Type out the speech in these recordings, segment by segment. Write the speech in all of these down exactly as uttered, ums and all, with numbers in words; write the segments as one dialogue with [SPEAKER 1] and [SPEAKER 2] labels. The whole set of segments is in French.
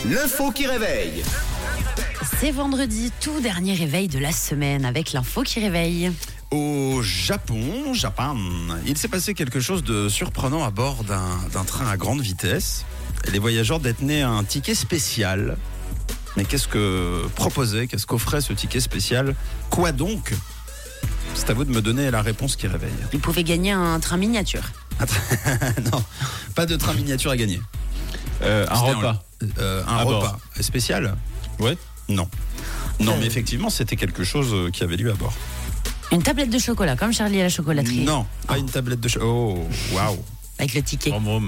[SPEAKER 1] L'info qui réveille.
[SPEAKER 2] C'est vendredi, tout dernier réveil de la semaine avec l'info qui réveille.
[SPEAKER 3] Au Japon, Japan, il s'est passé quelque chose de surprenant à bord d'un, d'un train à grande vitesse. Les voyageurs détenaient un ticket spécial. Mais qu'est-ce que proposait, qu'est-ce qu'offrait ce ticket spécial ? Quoi donc ? C'est à vous de me donner la réponse qui réveille.
[SPEAKER 2] Ils pouvaient gagner un train miniature.
[SPEAKER 3] Non, pas de train miniature à gagner.
[SPEAKER 4] Euh, un
[SPEAKER 3] C'était
[SPEAKER 4] repas.
[SPEAKER 3] Un, euh, un
[SPEAKER 4] À
[SPEAKER 3] repas
[SPEAKER 4] bord.
[SPEAKER 3] spécial ?
[SPEAKER 4] Ouais.
[SPEAKER 3] Non. Non,
[SPEAKER 2] Euh.
[SPEAKER 3] mais effectivement, c'était quelque chose qui avait lieu à bord.
[SPEAKER 2] Une tablette de chocolat, comme Charlie à la chocolaterie.
[SPEAKER 3] Non, pas une tablette de... Cho- oh, waouh.
[SPEAKER 2] Avec le ticket.
[SPEAKER 4] Brom, brom.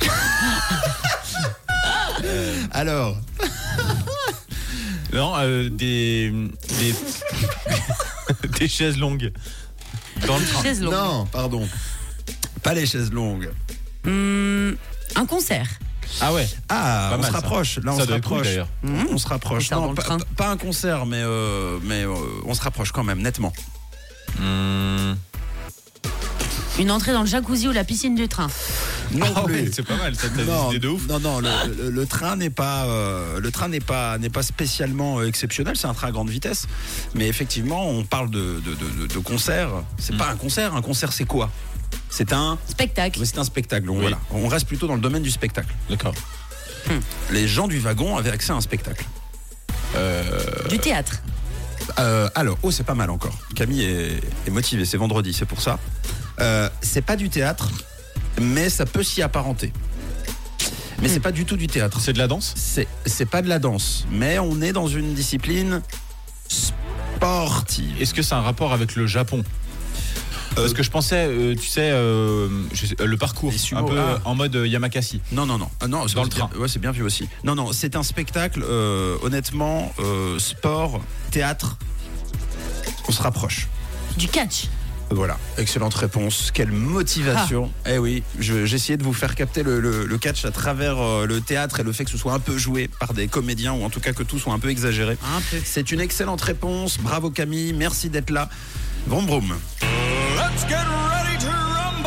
[SPEAKER 3] Alors,
[SPEAKER 4] Non, euh, des, des, des chaises longues. Dans le train.
[SPEAKER 2] Chaise longue.
[SPEAKER 3] non, pardon. Pas les chaises longues.
[SPEAKER 2] Hum, un concert.
[SPEAKER 4] Ah ouais.
[SPEAKER 3] Ah,
[SPEAKER 4] Pas
[SPEAKER 3] on
[SPEAKER 4] mal,
[SPEAKER 3] se
[SPEAKER 4] ça.
[SPEAKER 3] rapproche. Là, on
[SPEAKER 4] Ça
[SPEAKER 3] se
[SPEAKER 4] doit être cool,
[SPEAKER 3] rapproche.
[SPEAKER 4] d'ailleurs.
[SPEAKER 3] Mmh, on se rapproche.
[SPEAKER 2] Concert dans le
[SPEAKER 3] pas,
[SPEAKER 2] train.
[SPEAKER 3] pas un concert, mais, euh, mais euh, on se rapproche quand même, nettement.
[SPEAKER 4] Mmh.
[SPEAKER 2] Une entrée dans le jacuzzi ou la piscine du train.
[SPEAKER 3] Non
[SPEAKER 4] Ah
[SPEAKER 3] plus.
[SPEAKER 4] ouais, c'est pas mal, ça t'a
[SPEAKER 3] Non,
[SPEAKER 4] visité de ouf.
[SPEAKER 3] non, non, le, le- le train n'est pas, euh, le train n'est pas, n'est pas spécialement euh, exceptionnel. C'est un train à grande vitesse, mais effectivement, on parle de, de, de, de concert. C'est
[SPEAKER 4] Mm.
[SPEAKER 3] pas un concert. Un concert, c'est quoi ? C'est un,
[SPEAKER 2] Spectacle.
[SPEAKER 3] c'est un spectacle. Donc
[SPEAKER 4] Oui.
[SPEAKER 3] voilà, on reste plutôt dans le domaine du spectacle.
[SPEAKER 4] D'accord.
[SPEAKER 3] Les gens du wagon avaient accès à un spectacle.
[SPEAKER 4] Euh,
[SPEAKER 2] Du théâtre.
[SPEAKER 3] Euh, alors, oh, c'est pas mal encore. Camille est, est motivée. C'est vendredi, c'est pour ça. Euh, c'est pas du théâtre, mais ça peut s'y apparenter. Mais c'est pas du tout du théâtre.
[SPEAKER 4] c'est de la danse ?
[SPEAKER 3] C'est, c'est pas de la danse, mais on est dans une discipline sportive.
[SPEAKER 4] Est-ce que c'est un rapport avec le Japon ? Parce
[SPEAKER 3] Euh,
[SPEAKER 4] que je pensais, euh, tu sais, euh, je sais, euh, le parcours,
[SPEAKER 3] Les sumo,
[SPEAKER 4] un peu
[SPEAKER 3] ah.
[SPEAKER 4] en mode euh, Yamakasi.
[SPEAKER 3] Non, non, non. Ah, non c'est
[SPEAKER 4] Dans le
[SPEAKER 3] bien-
[SPEAKER 4] train.
[SPEAKER 3] Ouais, c'est bien vu aussi. Non, non, c'est un spectacle, euh, honnêtement, euh, sport, théâtre. On se rapproche.
[SPEAKER 2] Du catch.
[SPEAKER 3] Voilà, excellente réponse. Quelle motivation. Eh oui, je- j'essayais de vous faire capter le, le- le catch à travers euh, le théâtre et le fait que ce soit un peu joué par des comédiens, ou en tout cas que tout soit un peu exagéré.
[SPEAKER 2] Un peu.
[SPEAKER 3] C'est une excellente réponse. Bravo Camille, merci d'être là. Vroom vroom.
[SPEAKER 5] Let's get ready to rumble!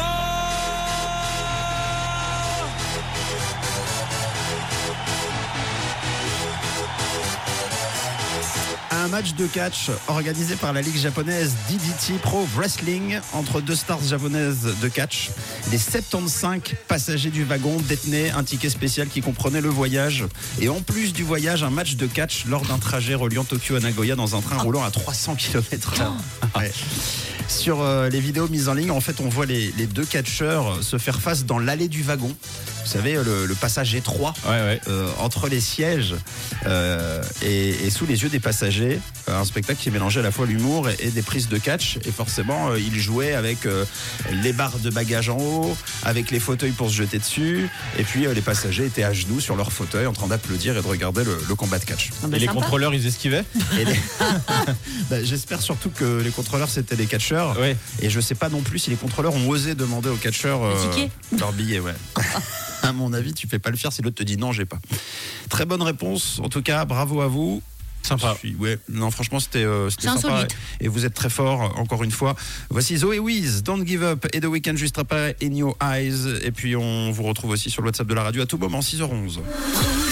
[SPEAKER 3] Un match de catch organisé par la ligue japonaise D D T Pro Wrestling entre deux stars japonaises de catch. Les soixante-quinze passagers du wagon détenaient un ticket spécial qui comprenait le voyage. Et en plus du voyage, un match de catch lors d'un trajet reliant Tokyo à Nagoya dans un train roulant à trois cents kilomètres heure. Ouais. Sur euh, les vidéos mises en ligne, en fait, on voit les, les deux catcheurs se faire face dans l'allée du wagon. Vous savez, le, le passage étroit
[SPEAKER 4] Ouais, ouais.
[SPEAKER 3] euh, entre les sièges euh, et, et sous les yeux des passagers. Euh, un spectacle qui mélangeait à la fois l'humour et, et des prises de catch. Et forcément, euh, ils jouaient avec euh, les barres de bagages en haut, avec les fauteuils pour se jeter dessus. Et puis, euh, les passagers étaient à genoux sur leur fauteuil en train d'applaudir et de regarder le, le combat de catch.
[SPEAKER 2] Ah bah,
[SPEAKER 4] Et les
[SPEAKER 2] sympa.
[SPEAKER 4] contrôleurs, ils esquivaient ?
[SPEAKER 3] Et les- Bah, j'espère surtout que les contrôleurs, c'était les catcheurs.
[SPEAKER 4] Ouais.
[SPEAKER 3] Et je sais pas non plus si les contrôleurs ont osé demander aux catcheurs
[SPEAKER 2] Le ticket
[SPEAKER 3] leur billet, ouais. À mon avis, tu fais pas le faire si l'autre te dit non, j'ai pas. Très bonne réponse. En tout cas, bravo à vous.
[SPEAKER 4] Sympa.
[SPEAKER 3] Je suis- ouais, non, franchement, c'était euh, c'était
[SPEAKER 2] C'est
[SPEAKER 3] sympa.
[SPEAKER 2] insolite.
[SPEAKER 3] Et vous êtes très fort, encore une fois. Voici Zoé Wiz, Don't Give Up et The Weeknd juste après In Your Eyes. Et puis, on vous retrouve aussi sur le WhatsApp de la radio à tout moment, six heures onze.